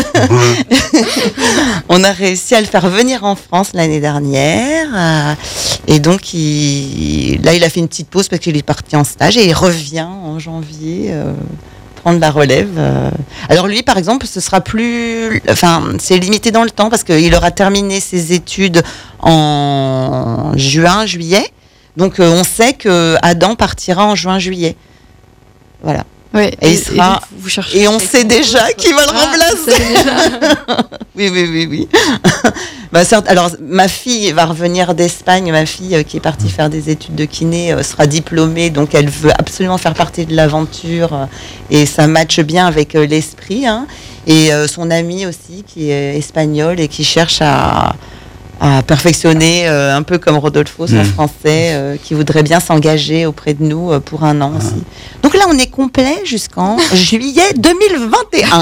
on a réussi à le faire venir en France l'année dernière. Et donc il a fait une petite pause parce qu'il est parti en stage, et il revient en janvier. Prendre la relève. Alors lui, par exemple, ce sera plus... Enfin, c'est limité dans le temps parce qu'il aura terminé ses études en juillet. Donc, on sait que Adam partira en juin-juillet. Voilà. Ouais, et il sera... Et on sait déjà qui va le remplacer. Oui. Alors, ma fille va revenir d'Espagne. Ma fille, qui est partie faire des études de kiné, sera diplômée. Donc, elle veut absolument faire partie de l'aventure. Et ça matche bien avec l'esprit. Hein. Et son amie aussi, qui est espagnole et qui cherche à perfectionner, un peu comme Rodolfo, son français, qui voudrait bien s'engager auprès de nous pour 1 an aussi. Donc là, on est complet jusqu'en juillet 2021.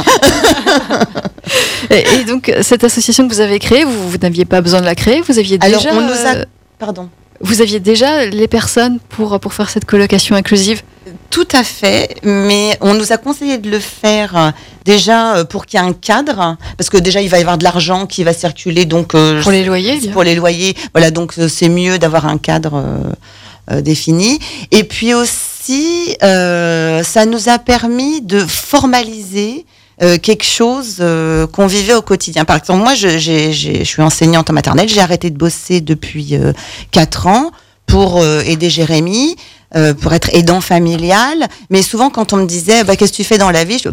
Et donc, cette association que vous avez créée, vous n'aviez pas besoin de la créer, vous aviez déjà... Alors, on nous a... Pardon. Vous aviez déjà les personnes pour faire cette colocation inclusive ? Tout à fait, mais on nous a conseillé de le faire déjà pour qu'il y ait un cadre, parce que déjà il va y avoir de l'argent qui va circuler, donc pour les loyers. Pour les loyers, voilà, donc c'est mieux d'avoir un cadre défini. Et puis aussi, ça nous a permis de formaliser quelque chose qu'on vivait au quotidien. Par exemple, moi, je suis enseignante en maternelle, j'ai arrêté de bosser depuis 4 ans pour aider Jérémy. Pour être aidant familial, mais souvent quand on me disait qu'est-ce que tu fais dans la vie,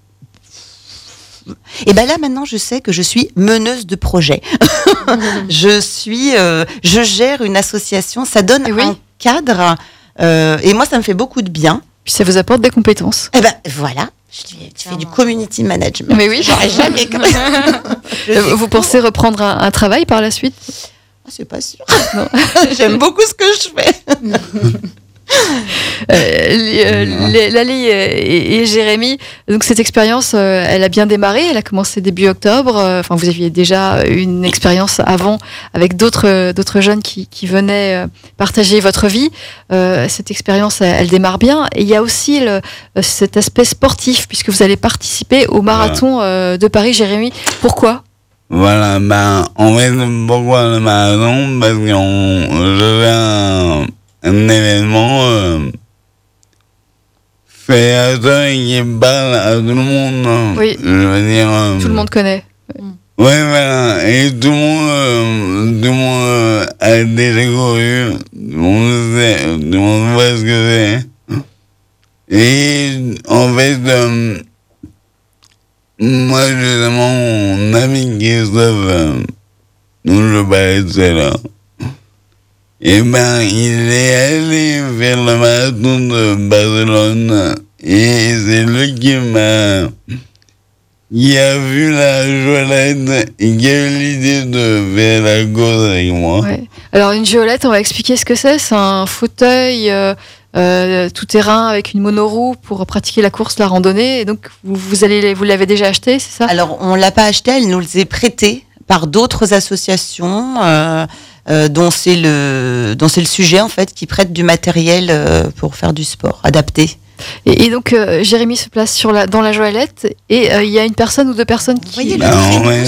et là maintenant je sais que je suis meneuse de projet. Je gère une association, ça donne un cadre, et moi ça me fait beaucoup de bien. Puis ça vous apporte des compétences. Voilà. Tu fais du community management. Mais oui, j'aurais jamais. Vous pensez reprendre un travail par la suite ? C'est pas sûr. Non. J'aime beaucoup ce que je fais. Lali et Jérémy, donc cette expérience, elle a bien démarré, elle a commencé début octobre. Vous aviez déjà une expérience avant avec d'autres jeunes qui venaient partager votre vie. Cette expérience, elle démarre bien. Et il y a aussi cet aspect sportif, puisque vous allez participer au marathon de Paris. Jérémy, pourquoi ? Voilà, en fait, pourquoi le marathon ? Parce que je fais un événement fédérateur qui parle à tout le monde. Oui, je veux dire, tout le monde connaît. Oui, voilà, et tout le monde a déjà couru, tout le monde voit ce que c'est. Et en fait, moi justement, mon ami Christophe, dont je parlais tout à l'heure, il est allé faire le marathon de Barcelone, et c'est lui qui a vu la Joëlette et qui a eu l'idée de faire la course avec moi. Ouais. Alors une Joëlette, on va expliquer ce que c'est. C'est un fauteuil tout-terrain avec une monoroue pour pratiquer la course, la randonnée. Et donc vous l'avez déjà acheté, c'est ça ? Alors on l'a pas acheté, elle nous les a prêté par d'autres associations. Dont c'est le sujet en fait, qui prête du matériel pour faire du sport adapté. Et donc Jérémy se place dans la Joëlette, et il y a une personne ou 2 personnes qui... Il y a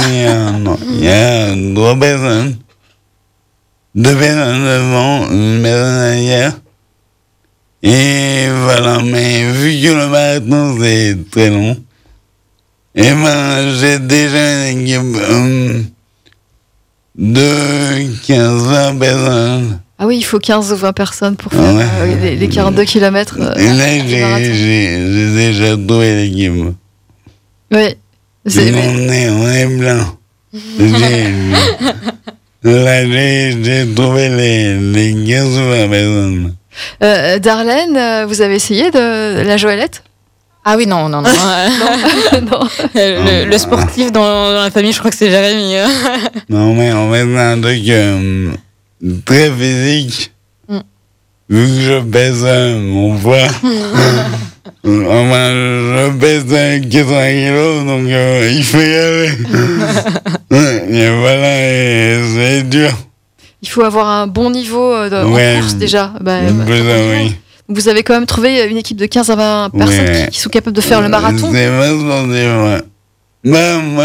3 personnes. 2 personnes devant, une personne derrière. Et voilà, mais vu que le marathon c'est très long, et j'ai déjà une équipe de 15-20 personnes. Ah oui, il faut 15 ou 20 personnes pour faire les 42 km. Et là, j'ai déjà trouvé l'équipe. Oui. On est blanc. Là, j'ai trouvé les 15 ou 20 personnes. Darlène, vous avez essayé de la Joëlette ? Ah oui, non. non. Le sportif dans la famille, je crois que c'est Jérémy. Non, mais on va faire un truc très physique. Vu que je pèse mon poids, je pèse 80 kilos, donc il faut y aller. Et voilà, et c'est dur. Il faut avoir un bon niveau en course déjà. Oui. Vous avez quand même trouvé une équipe de 15 à 20 personnes qui sont capables de faire le marathon. C'est pas sportif, ouais. Moi,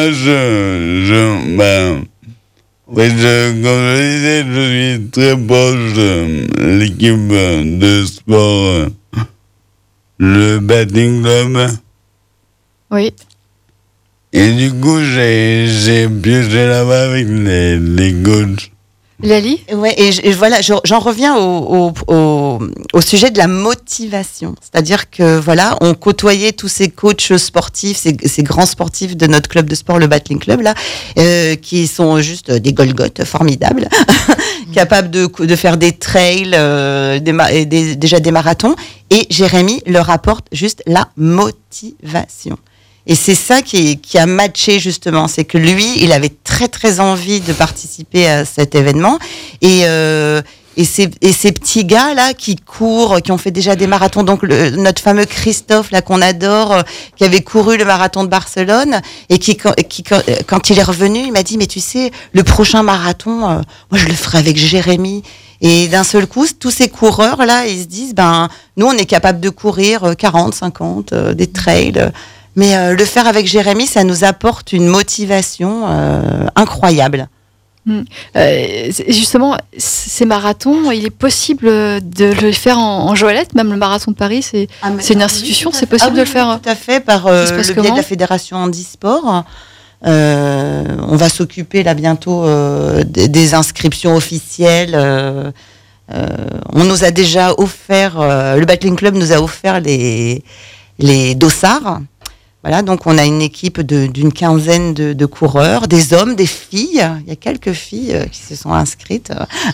comme je disais, je suis très proche de l'équipe de sport, le Batting Club. Oui. Et du coup, j'ai pioché là-bas avec les coachs. Lali ? Ouais, et voilà, j'en reviens au sujet de la motivation. C'est-à-dire que voilà, on côtoyait tous ces coachs sportifs, ces grands sportifs de notre club de sport, le Battling Club, là, qui sont juste des Golgoths formidables, capables de faire des trails, déjà des marathons. Et Jérémy leur apporte juste la motivation. Et c'est ça qui a matché justement, c'est que lui, il avait très très envie de participer à cet événement et ces petits gars là qui courent, qui ont fait déjà des marathons, donc notre fameux Christophe là qu'on adore, qui avait couru le marathon de Barcelone et qui quand il est revenu, il m'a dit mais tu sais le prochain marathon, moi je le ferai avec Jérémy. Et d'un seul coup, tous ces coureurs là, ils se disent nous on est capable de courir 40, 50 des trails. Mais le faire avec Jérémy, ça nous apporte une motivation incroyable. Justement, ces marathons, il est possible de le faire en Joëlette, même le marathon de Paris, c'est une institution, c'est possible de le faire. Tout à fait, par le biais de la Fédération Handisport. On va s'occuper là bientôt des inscriptions officielles. On nous a déjà offert, le Battling Club nous a offert les dossards. Voilà, donc on a une équipe d'une quinzaine de coureurs, des hommes, des filles. Il y a quelques filles qui se sont inscrites.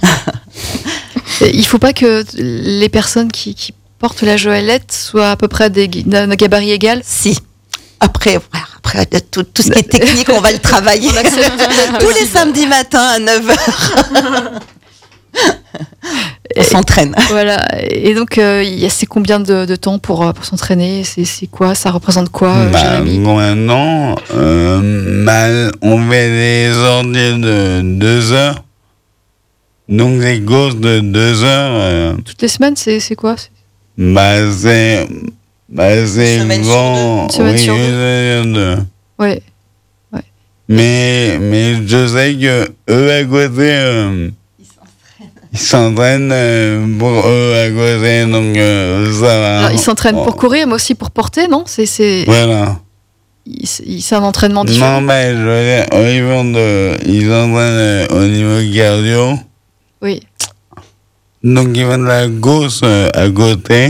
Il ne faut pas que les personnes qui portent la Joëlette soient à peu près d'un gabarit égal ? Si. Après tout ce qui est technique, on va le travailler. Tous les samedis matins à 9h. On s'entraîne. Voilà. Et donc, c'est combien de temps pour s'entraîner ? C'est quoi ? Ça représente quoi, Jérémy ? Maintenant, on fait des sorties de 2 heures. Donc, des courses de 2 heures. Toutes les semaines, c'est quoi ? C'est grand. Semaine sur deux. Ouais. Mais je sais que eux à côté. Ils s'entraînent pour eux à côté, donc ça va. Alors, ils s'entraînent pour courir, mais aussi pour porter, non ? Voilà. C'est un entraînement différent. Non, mais je veux dire, ils s'entraînent au niveau cardio. Oui. Donc ils font de la course à côté.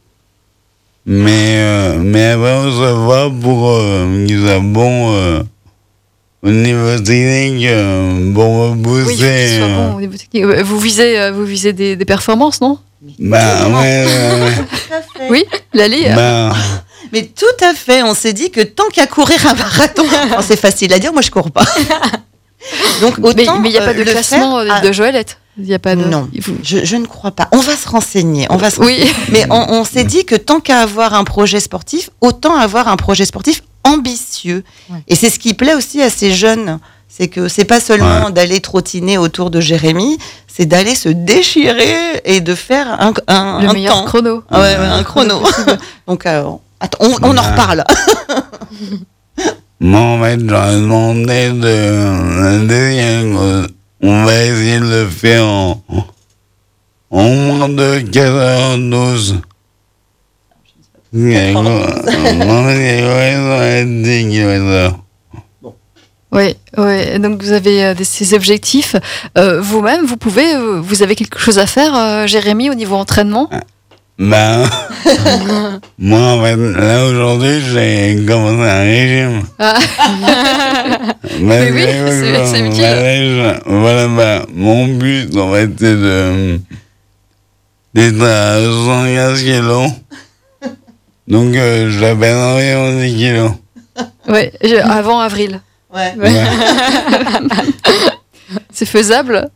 Mais après, on se voit pour qu'ils soient bons. Au niveau technique, pour repousser. Oui, qu'il soit bon au niveau technique. Vous visez des performances, non ? Ouais. Oui, Lali. Mais tout à fait. On s'est dit que tant qu'à courir un marathon, c'est facile à dire. Moi, je cours pas. Donc autant. Mais il n'y a pas de classement de Joëlette. Il y a pas de. Non, je ne crois pas. On va se renseigner. Oui. Mais on s'est dit que tant qu'à avoir un projet sportif, autant avoir un projet sportif ambitieux. Ouais. Et c'est ce qui plaît aussi à ces jeunes. C'est que c'est pas seulement d'aller trottiner autour de Jérémy, c'est d'aller se déchirer et de faire un meilleur temps. Chrono. Ouais, un chrono. Donc, attends, on en reparle. Moi, en fait, j'aurais demandé on va essayer de le faire en moins de 4h12. Oui, donc vous avez ces objectifs. Vous-même, vous avez quelque chose à faire, Jérémy, au niveau entraînement ? Moi, en fait, là, aujourd'hui, j'ai commencé un régime. Mais oui, c'est utile. Voilà, mon but, en fait, c'est d'être à 75 kilos. Donc, je vais environ 10 kilos. Oui, avant avril. Ouais. C'est faisable ?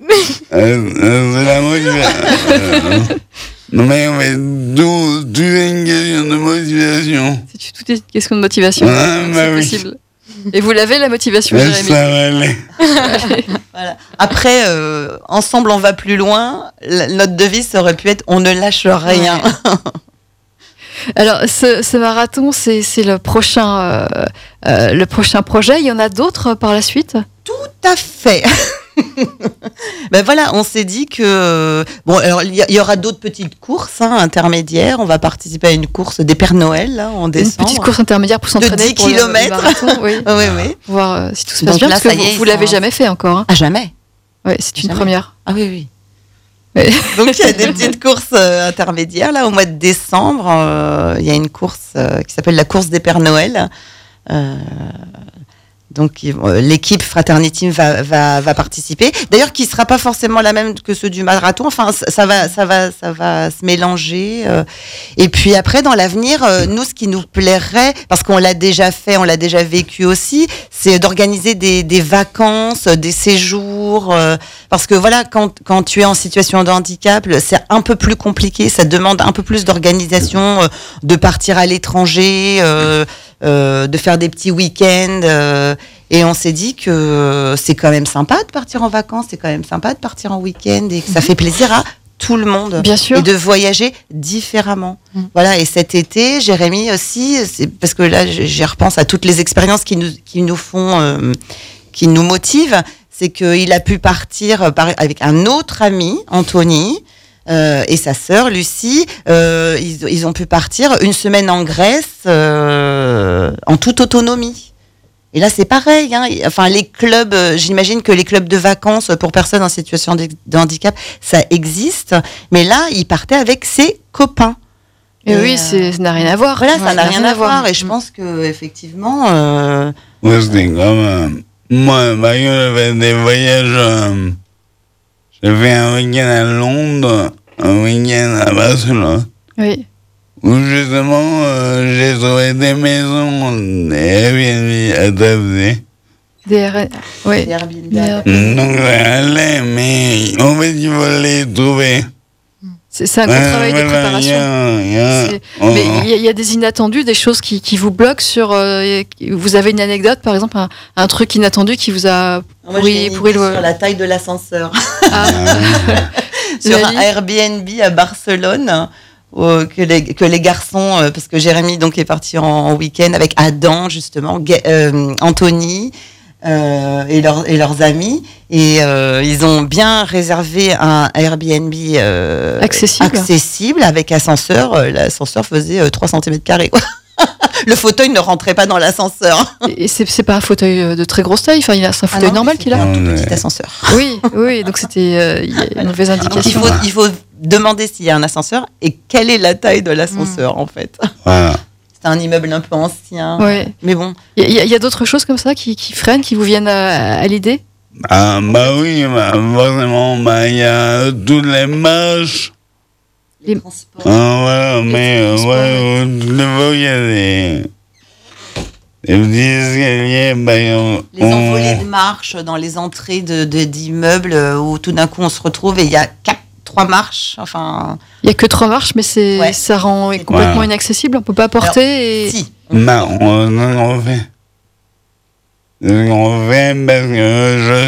C'est la motivation. Non mais tout est une question de motivation. Tout est une question de motivation. C'est possible. Et vous l'avez, la motivation, Jérémy? Ça va aller. Voilà. Après, ensemble, on va plus loin. Notre devise, ça aurait pu être « on ne lâche rien ». Alors, ce marathon, c'est le prochain projet. Il y en a d'autres par la suite? Tout à fait. Ben voilà, on s'est dit que alors il y aura d'autres petites courses intermédiaires. On va participer à une course des Pères Noël là, en décembre. Une petite course intermédiaire pour s'entraîner de 10 km. Oui. Oui. Pour voir si tout se passe bien, parce que vous l'avez jamais fait encore. Hein. Ah, jamais. Oui, c'est une première. Ah oui. Donc il y a des petites courses intermédiaires là au mois de décembre. Il y a une course qui s'appelle la course des Pères Noël. Donc l'équipe Fraternity va participer. D'ailleurs, qui sera pas forcément la même que ceux du marathon. Enfin, ça va se mélanger. Et puis après, dans l'avenir, nous, ce qui nous plairait, parce qu'on l'a déjà fait, on l'a déjà vécu aussi, c'est d'organiser des vacances, des séjours. Parce que voilà, quand tu es en situation de handicap, c'est un peu plus compliqué. Ça demande un peu plus d'organisation, de partir à l'étranger. De faire des petits week-ends et on s'est dit que c'est quand même sympa de partir en vacances, c'est quand même sympa de partir en week-end et que ça fait plaisir à tout le monde. Bien sûr. Et de voyager différemment. Voilà, et cet été, Jérémy aussi, c'est parce que là j'y repense à toutes les expériences qui nous font qui nous motivent, c'est qu'il a pu partir avec un autre ami, Anthony, et sa sœur Lucie, ils ont pu partir une semaine en Grèce en toute autonomie. Et là c'est pareil, enfin les clubs, j'imagine que les clubs de vacances pour personnes en situation de handicap, ça existe, mais là ils partaient avec ses copains. Et oui, ça n'a rien à voir. Voilà, ça n'a rien à voir. Et je pense que effectivement. Ouais, c'était comme moi, j'ai fait des voyages. J'ai fait un week-end à Londres, un week-end à Barcelone. Oui. Où justement, j'ai trouvé des maisons, des Airbnb adaptées. Des Airbnb. Donc, j'allais, mais en fait, il faut les trouver. C'est un gros travail de préparation. Mais il y a des inattendus, des choses qui vous bloquent sur. Vous avez une anecdote, par exemple, un truc inattendu qui vous a pourri sur la taille de l'ascenseur. Sur un Airbnb à Barcelone. Que les garçons, parce que Jérémy donc est parti en week-end avec Adam justement, Anthony et leurs amis, et ils ont bien réservé un Airbnb accessible avec ascenseur. L'ascenseur faisait 3 cm². Le fauteuil ne rentrait pas dans l'ascenseur. Et c'est pas un fauteuil de très grosse taille, c'est un fauteuil normal qu'il a. Un tout petit ascenseur. Oui, donc c'était une mauvaise indication. Il faut demander s'il y a un ascenseur et quelle est la taille de l'ascenseur en fait. Voilà. C'est un immeuble un peu ancien. Ouais. Mais bon. Il y a d'autres choses comme ça qui freinent, qui vous viennent à l'idée? Ah bah oui, forcément, il y a toutes les marches. Les transports. Voilà, mais il y a des petits escaliers. Les envolées de marches dans les entrées d'immeubles où tout d'un coup on se retrouve et il y a 3 marches. Enfin. Il n'y a que 3 marches, mais ça rend complètement inaccessible. On ne peut pas porter. Alors, si. Non, on fait. On fait parce que je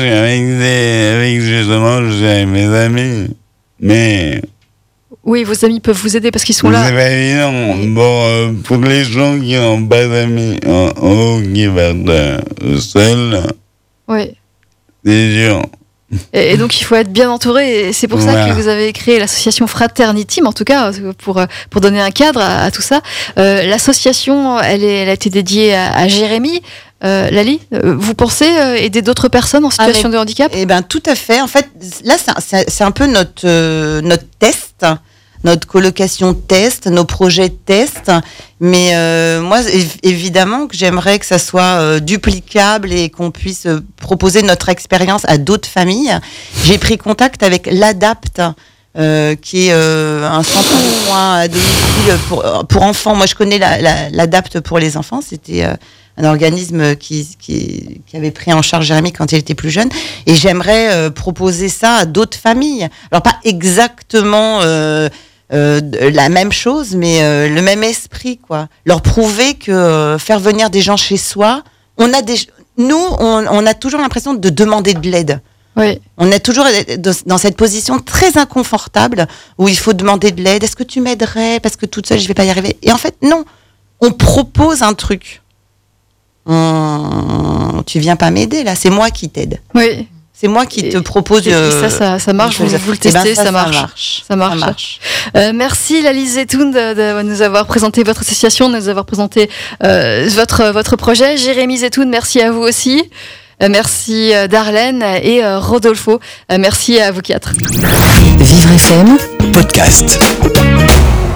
suis avec mes amis. Mais. Oui, vos amis peuvent vous aider parce qu'ils sont là. C'est pas évident. Bon, pour les gens qui n'ont pas d'amis qui partent seuls, c'est dur. Et donc il faut être bien entouré. Et c'est pour ça que vous avez créé l'association Fraternity, en tout cas pour donner un cadre à tout ça. L'association, elle a été dédiée à Jérémy. Lali, vous pensez aider d'autres personnes en situation de handicap? Eh ben tout à fait. En fait, là c'est un peu notre test. Notre colocation test, nos projets test, mais moi évidemment que j'aimerais que ça soit duplicable et qu'on puisse proposer notre expérience à d'autres familles. J'ai pris contact avec l'ADAPT, qui est un centre de soins à domicile pour enfants. Moi je connais l'ADAPT pour les enfants, c'était un organisme qui avait pris en charge Jérémy quand il était plus jeune. Et j'aimerais proposer ça à d'autres familles. Alors pas exactement la même chose, mais le même esprit, quoi. Leur prouver que faire venir des gens chez soi, on a toujours l'impression de demander de l'aide. Oui. On est toujours dans cette position très inconfortable où il faut demander de l'aide. Est-ce que tu m'aiderais parce que toute seule je vais pas y arriver? Et en fait non, on propose un truc. Tu viens pas m'aider là, c'est moi qui t'aide. Oui. C'est moi qui te propose. Ça marche. Vous le testez, ça marche. Ça marche. Merci Lalise Zetoun de nous avoir présenté votre association, de nous avoir présenté votre projet. Jérémy Zetoun, merci à vous aussi. Merci Darlène et Rodolfo. Merci à vous quatre. Vivre FM, podcast.